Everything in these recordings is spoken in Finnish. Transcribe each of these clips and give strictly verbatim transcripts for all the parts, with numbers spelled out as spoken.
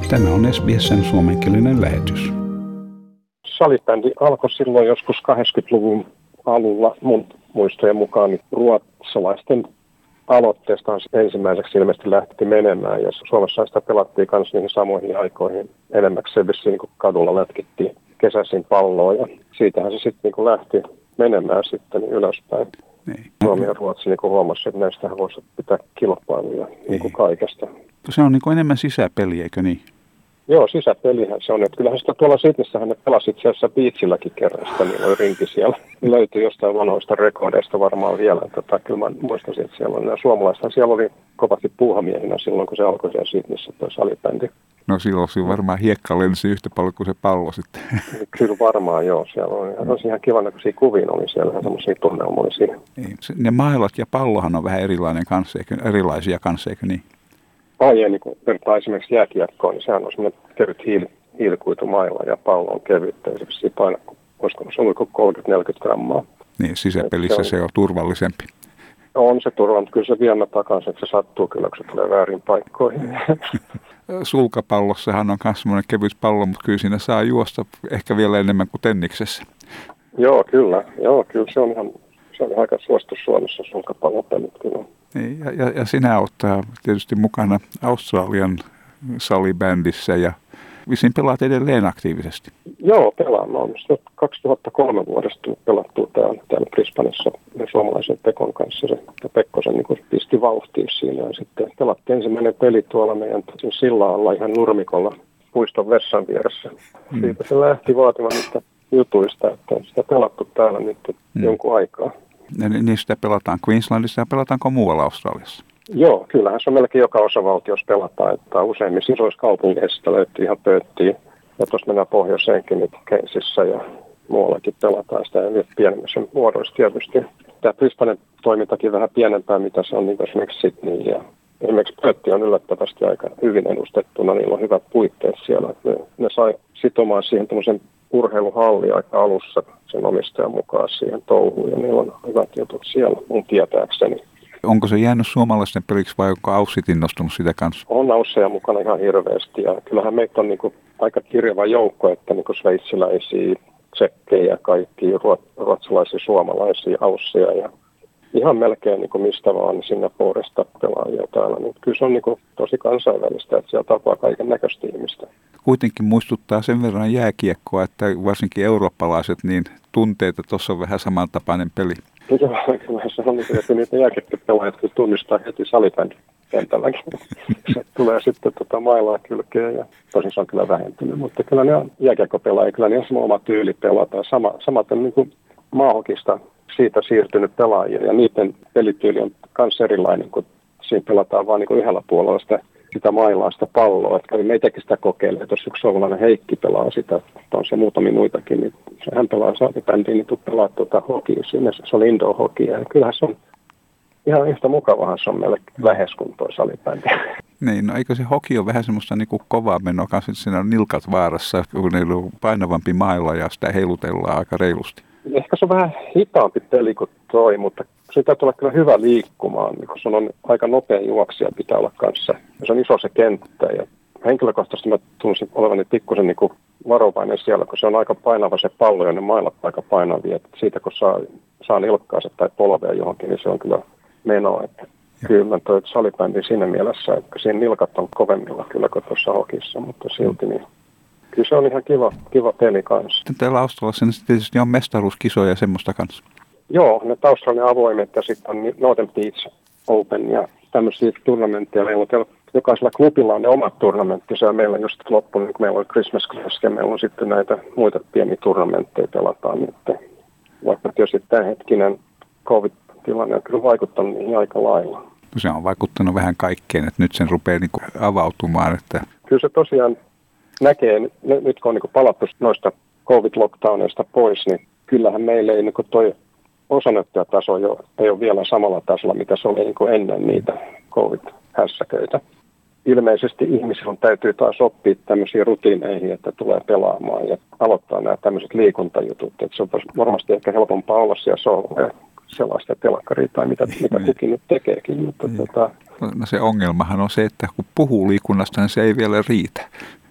Tämä on S B S:n suomenkielinen lähetys. Salibändi alkoi silloin joskus kahdeksankymmentäluvun alulla mun muistojen mukaan niin ruotsalaisten aloitteesta ensimmäiseksi ilmeisesti lähti menemään. Ja Suomessa sitä pelattiin myös niihin samoihin aikoihin enemmäksi vissiin, kun kadulla lätkittiin kesäisin palloa. Ja siitähän se sitten niin lähti menemään sitten niin ylöspäin. Niin. Suomi ja Ruotsi niin huomasi, että näistähän voisi pitää kilpailuja niin kuin kaikesta. Se on niin kuin enemmän sisäpeli, eikö niin? Joo, sisäpelihän se on. Että kyllähän sitä tuolla Sydneysähän ne pelasi itse asiassa Beachilläkin kerran, sitä niin oli rinki siellä. Löytyi jostain vanhoista rekordeista varmaan vielä. Tota, kyllä mä muistasin, että siellä on nämä suomalaiset. Siellä oli kovasti puuhamiehinä silloin, kun se alkoi siellä Sydneyssä tuo salibändi. No silloin siinä varmaan hiekka lensi yhtä paljon kuin se pallo sitten. Kyllä varmaan joo. Siellä oli, oli ihan kiva näköisiä kuvia, oli siellä semmoisia tunnelmoisia. Niin, ne mailat ja pallohan on vähän erilainen kanssa, eikö, erilaisia kanssa, eikö niin? Ai, niin kun vertaa esimerkiksi jääkiekkoon, niin sehän on semmoinen kevyt hiil, hiilikuitumailla ja pallo on kevyttä. Ja se paina, koska se on kolmekymmentä neljäkymmentä grammaa. Niin, sisäpelissä se on, se on turvallisempi. On se turvallinen. Kyllä se viemä takaisin, että se sattuu kyllä, kun se tulee väärin paikkoihin. Sulkapallossahan on myös semmoinen kevyt pallo, mutta kyllä siinä saa juosta ehkä vielä enemmän kuin tenniksessä. Joo, kyllä. Joo, kyllä se on ihan se on aika suosittu Suomessa sulkapallopelit kyllä. Niin, ja, ja, ja sinä ottaa tietysti mukana Australian salibändissä ja vissiin pelaat edelleen aktiivisesti. Joo, pelaan. Mä oon kaksituhattakolme vuodesta pelattu täällä, täällä Brisbanessa suomalaisen Pekon kanssa. Se, ja Pekko sen niin pisti vauhtiin siinä. Ja sitten pelattiin ensimmäinen peli tuolla meidän sillalla ihan nurmikolla puiston vessan vieressä. Mm. Siitä se lähti vaatimaan niistä jutuista, että on sitä pelattu täällä nyt mm. jonkun aikaa. Ja niin sitä pelataan Queenslandissa ja pelataanko muualla Australiassa? Joo, kyllähän se on melkein joka osavaltiossa pelataan, että useimmissa isoissa kaupungeissa löytyy ihan pööttiä. Ja tuossa mennään pohjoiseenkin nyt Keynesissä ja muuallakin pelataan sitä ja pienemmissä muodoissa tietysti. Tämä Brisbanen toimintakin vähän pienempää, mitä se on niin esimerkiksi Sydney. Ja esimerkiksi pöötti on yllättävästi aika hyvin edustettuna, niillä on hyvät puitteet siellä. Että ne, ne sai sitomaan siihen tämmöisen urheiluhalli aika alussa sen omistajan mukaan siihen touhuun ja niillä on hyvät jutut siellä mun tietääkseni. Onko se jäänyt suomalaisten peliksi vai onko Aussit innostunut sitä kanssa? On Ausseja mukana ihan hirveästi ja kyllähän meitä on niinku aika kirjava joukko, että niinku sveitsiläisiä, tsekkejä, kaikki ruotsalaisia, suomalaisia, Ausseja ja ihan melkein niinku mistä vaan Singaporesta pelaajia täällä. Niin kyllä se on niinku tosi kansainvälistä, että siellä tapaa kaiken näköistä ihmistä. Kuitenkin muistuttaa sen verran jääkiekkoa, että varsinkin eurooppalaiset, niin tunteet, että tuossa on vähän samantapainen peli. Joo, kyllä se on niin, että niitä jääkiekkopelaajat tunnistaa heti salibändin kentälläkin. Se tulee sitten tota mailaa kylkeen ja tosin se on kyllä vähentynyt, mutta kyllä ne on jääkiekkopelaajia, kyllä ne on sama oma tyyli pelata. Sama, samaten niin kuin maahokista siitä siirtynyt pelaajia ja niiden pelityyli on myös erilainen, kun siinä pelataan vain niin yhdellä puolella sitä, sitä mailaa, sitä palloa. Että me itsekin sitä kokeilee, että jos yksi suomalainen Heikki pelaa sitä, on se muutamia muitakin, niin hän pelaa salibändiin, niin tuu pelaa tuota hokia siinä, se on indoor hokia. Ja kyllähän se on ihan yhtä mukavahan se on meille lähes kuin tuo salibändi. Niin, no eikö se hoki ole vähän semmoista niin kuin kovaa menoa kanssa, että siinä on nilkat vaarassa, kun ne on painavampi mailla ja sitä heilutellaan aika reilusti. Ehkä se on vähän hitaampi peli kuin toi, mutta sitä tulee kyllä hyvä liikkumaan, niin kun se on aika nopea juoksija pitää olla kanssa. Ja se on iso se kenttä ja henkilökohtaisesti mä tunsin olevani pikkusen niin kuin varovainen siellä, kun se on aika painava se pallo ja ne mailat aika painavia. Että siitä kun saa, saa nilkkaansa tai polvea johonkin, niin se on kyllä menoa. Että kyllä mä toi salibändi siinä mielessä, että siinä nilkat on kovemmilla kyllä kuin tuossa hokissa, mutta silti niin. Kyllä se on ihan kiva, kiva peli kanssa. Sitten täällä Australiassa niin tietysti on mestaruuskisoja ja semmoista kanssa. Joo, ne Australian avoimet ja sitten on Northern Beach Open ja tämmöisiä turnamentteja. Meillä on jokaisella klubilla on ne omat turnamenttinsa ja meillä on just loppunut, kun meillä on Christmas Clash ja meillä on sitten näitä muita pieniä turnamentteja pelataan nyt. Vaikka tietysti tämänhetkinen covid-tilanne on kyllä vaikuttanut niihin aika lailla. Se on vaikuttanut vähän kaikkeen, että nyt sen rupeaa niin kuin avautumaan. Että... Kyllä se tosiaan näkee, nyt kun on niin palattu noista covid-lockdowneista pois, niin kyllähän meillä ei niin toi osanottajataso jo, ei ole vielä samalla tasolla, mitä se oli niin ennen niitä covid-hässäköitä. Ilmeisesti ihmisillä täytyy taas oppia tämmöisiä rutiineihin, että tulee pelaamaan ja aloittaa nämä tämmöiset liikuntajutut. Että se on varmasti ehkä helpompaa olla siellä sohvalla ja sellaista telakkaria tai mitä, mitä kukin nyt tekeekin. Mutta tota, No se ongelmahan on se, että kun puhuu liikunnasta, niin se ei vielä riitä.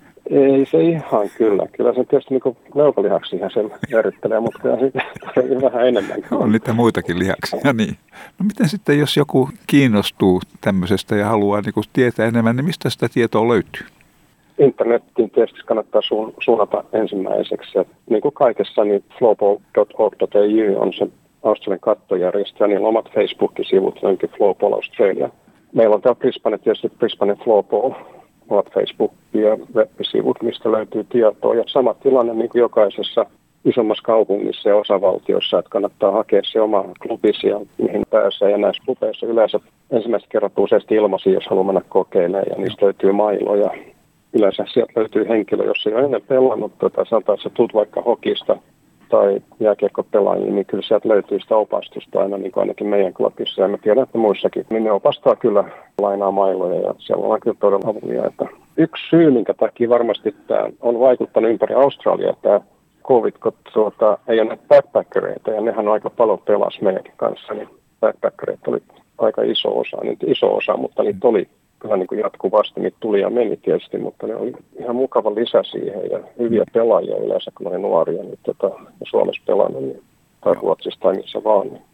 Ei se ihan kyllä. Kyllä se tietysti niin leukalihaksi ihan sen järjittelee, mutta kyllä se vähän enemmän. On niitä muitakin lihaksia, niin. No miten sitten, jos joku kiinnostuu tämmöisestä ja haluaa niin kuin tietää enemmän, niin mistä sitä tietoa löytyy? Internettiin tietysti kannattaa su- suunnata ensimmäiseksi. Ja niin kuin kaikessa, niin flowball dot org dot a u on se Australian kattojärjestö, ja niillä on omat Facebook-sivut, jonkin Flowball Australia. Meillä on täällä Brisbane tietysti Brisbane Flowball, ovat Facebook- ja web-sivut, mistä löytyy tietoa. Ja sama tilanne niin kuin jokaisessa isommassa kaupungissa ja osavaltiossa, että kannattaa hakea se oma klubisi ja mihin pääsee. Ja näissä klubeissa yleensä ensimmäistä kertaa useasti ilmaisia, jos haluaa mennä kokeilemaan, ja niistä löytyy mailoja. Yleensä sieltä löytyy henkilö, jos ei ole ennen pelannut, tota, sanotaan, että sä tulet vaikka hokista tai jääkiekkopelaajia, niin kyllä sieltä löytyy sitä opastusta aina, niin kuin ainakin meidän klubissa. Ja mä tiedän, että muissakin, niin ne opastaa kyllä lainaa mailoja, ja siellä on kyllä todella avulia. Että yksi syy, minkä takia varmasti tämä on vaikuttanut ympäri Australiaa, tämä COVID, kun tuota, ei ole näitä backpackereita, ja nehän aika paljon pelasi meidänkin kanssa, niin backpackereita oli aika iso osa, niin iso osa, mutta niitä oli kyllä niin kuin jatkuvasti, niitä tuli ja meni tietysti, mutta ne oli ihan mukava lisä siihen, ja hyviä pelaajia yleensä, kun ne nuoria, niin tota, Suomessa pelannut, niin, tai Ruotsissa tai missä vaan. Niin.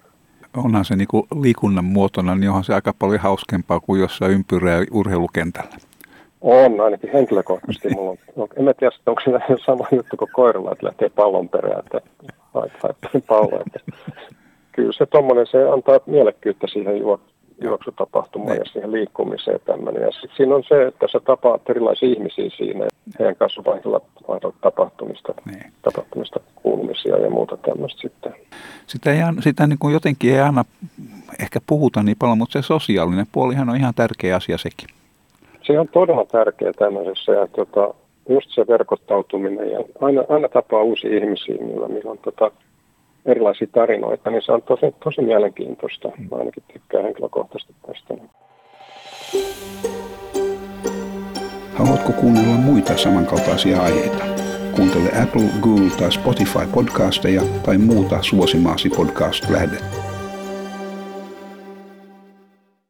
Onhan se niin kuin liikunnan muotona, niin onhan se aika paljon hauskempaa kuin jossain ympyrää urheilukentällä. On, ainakin henkilökohtaisesti. Mulla on, en mä tiedä, onko se sama juttu kuin koiralla, että lähtee pallon perään, että haittaa palloa. Kyllä se tommoinen, se antaa mielekkyyttä siihen juo, juoksutapahtumaan ja siihen liikkumiseen tämmöinen. Ja sitten siinä on se, että sä tapaat erilaisia ihmisiä siinä, heidän kanssa vaihdolla tapahtumista, niin. tapahtumista kuulumisia ja muuta tämmöistä sitten. Sitä, ei, sitä niin kuin jotenkin ei aina ehkä puhuta niin paljon, mutta se sosiaalinen puolihan on ihan tärkeä asia sekin. Se on todella tärkeä tämmöisessä, ja tota, just se verkottautuminen, ja aina, aina tapaa uusia ihmisiä, millä, millä on tota, erilaisia tarinoita, niin se on tosi, tosi mielenkiintoista. Mä ainakin tykkään henkilökohtaisesti tästä. Haluatko kuunnella muita samankaltaisia aiheita? Kuuntele Apple, Google tai Spotify podcasteja tai muuta suosimaasi podcast-lähdettä.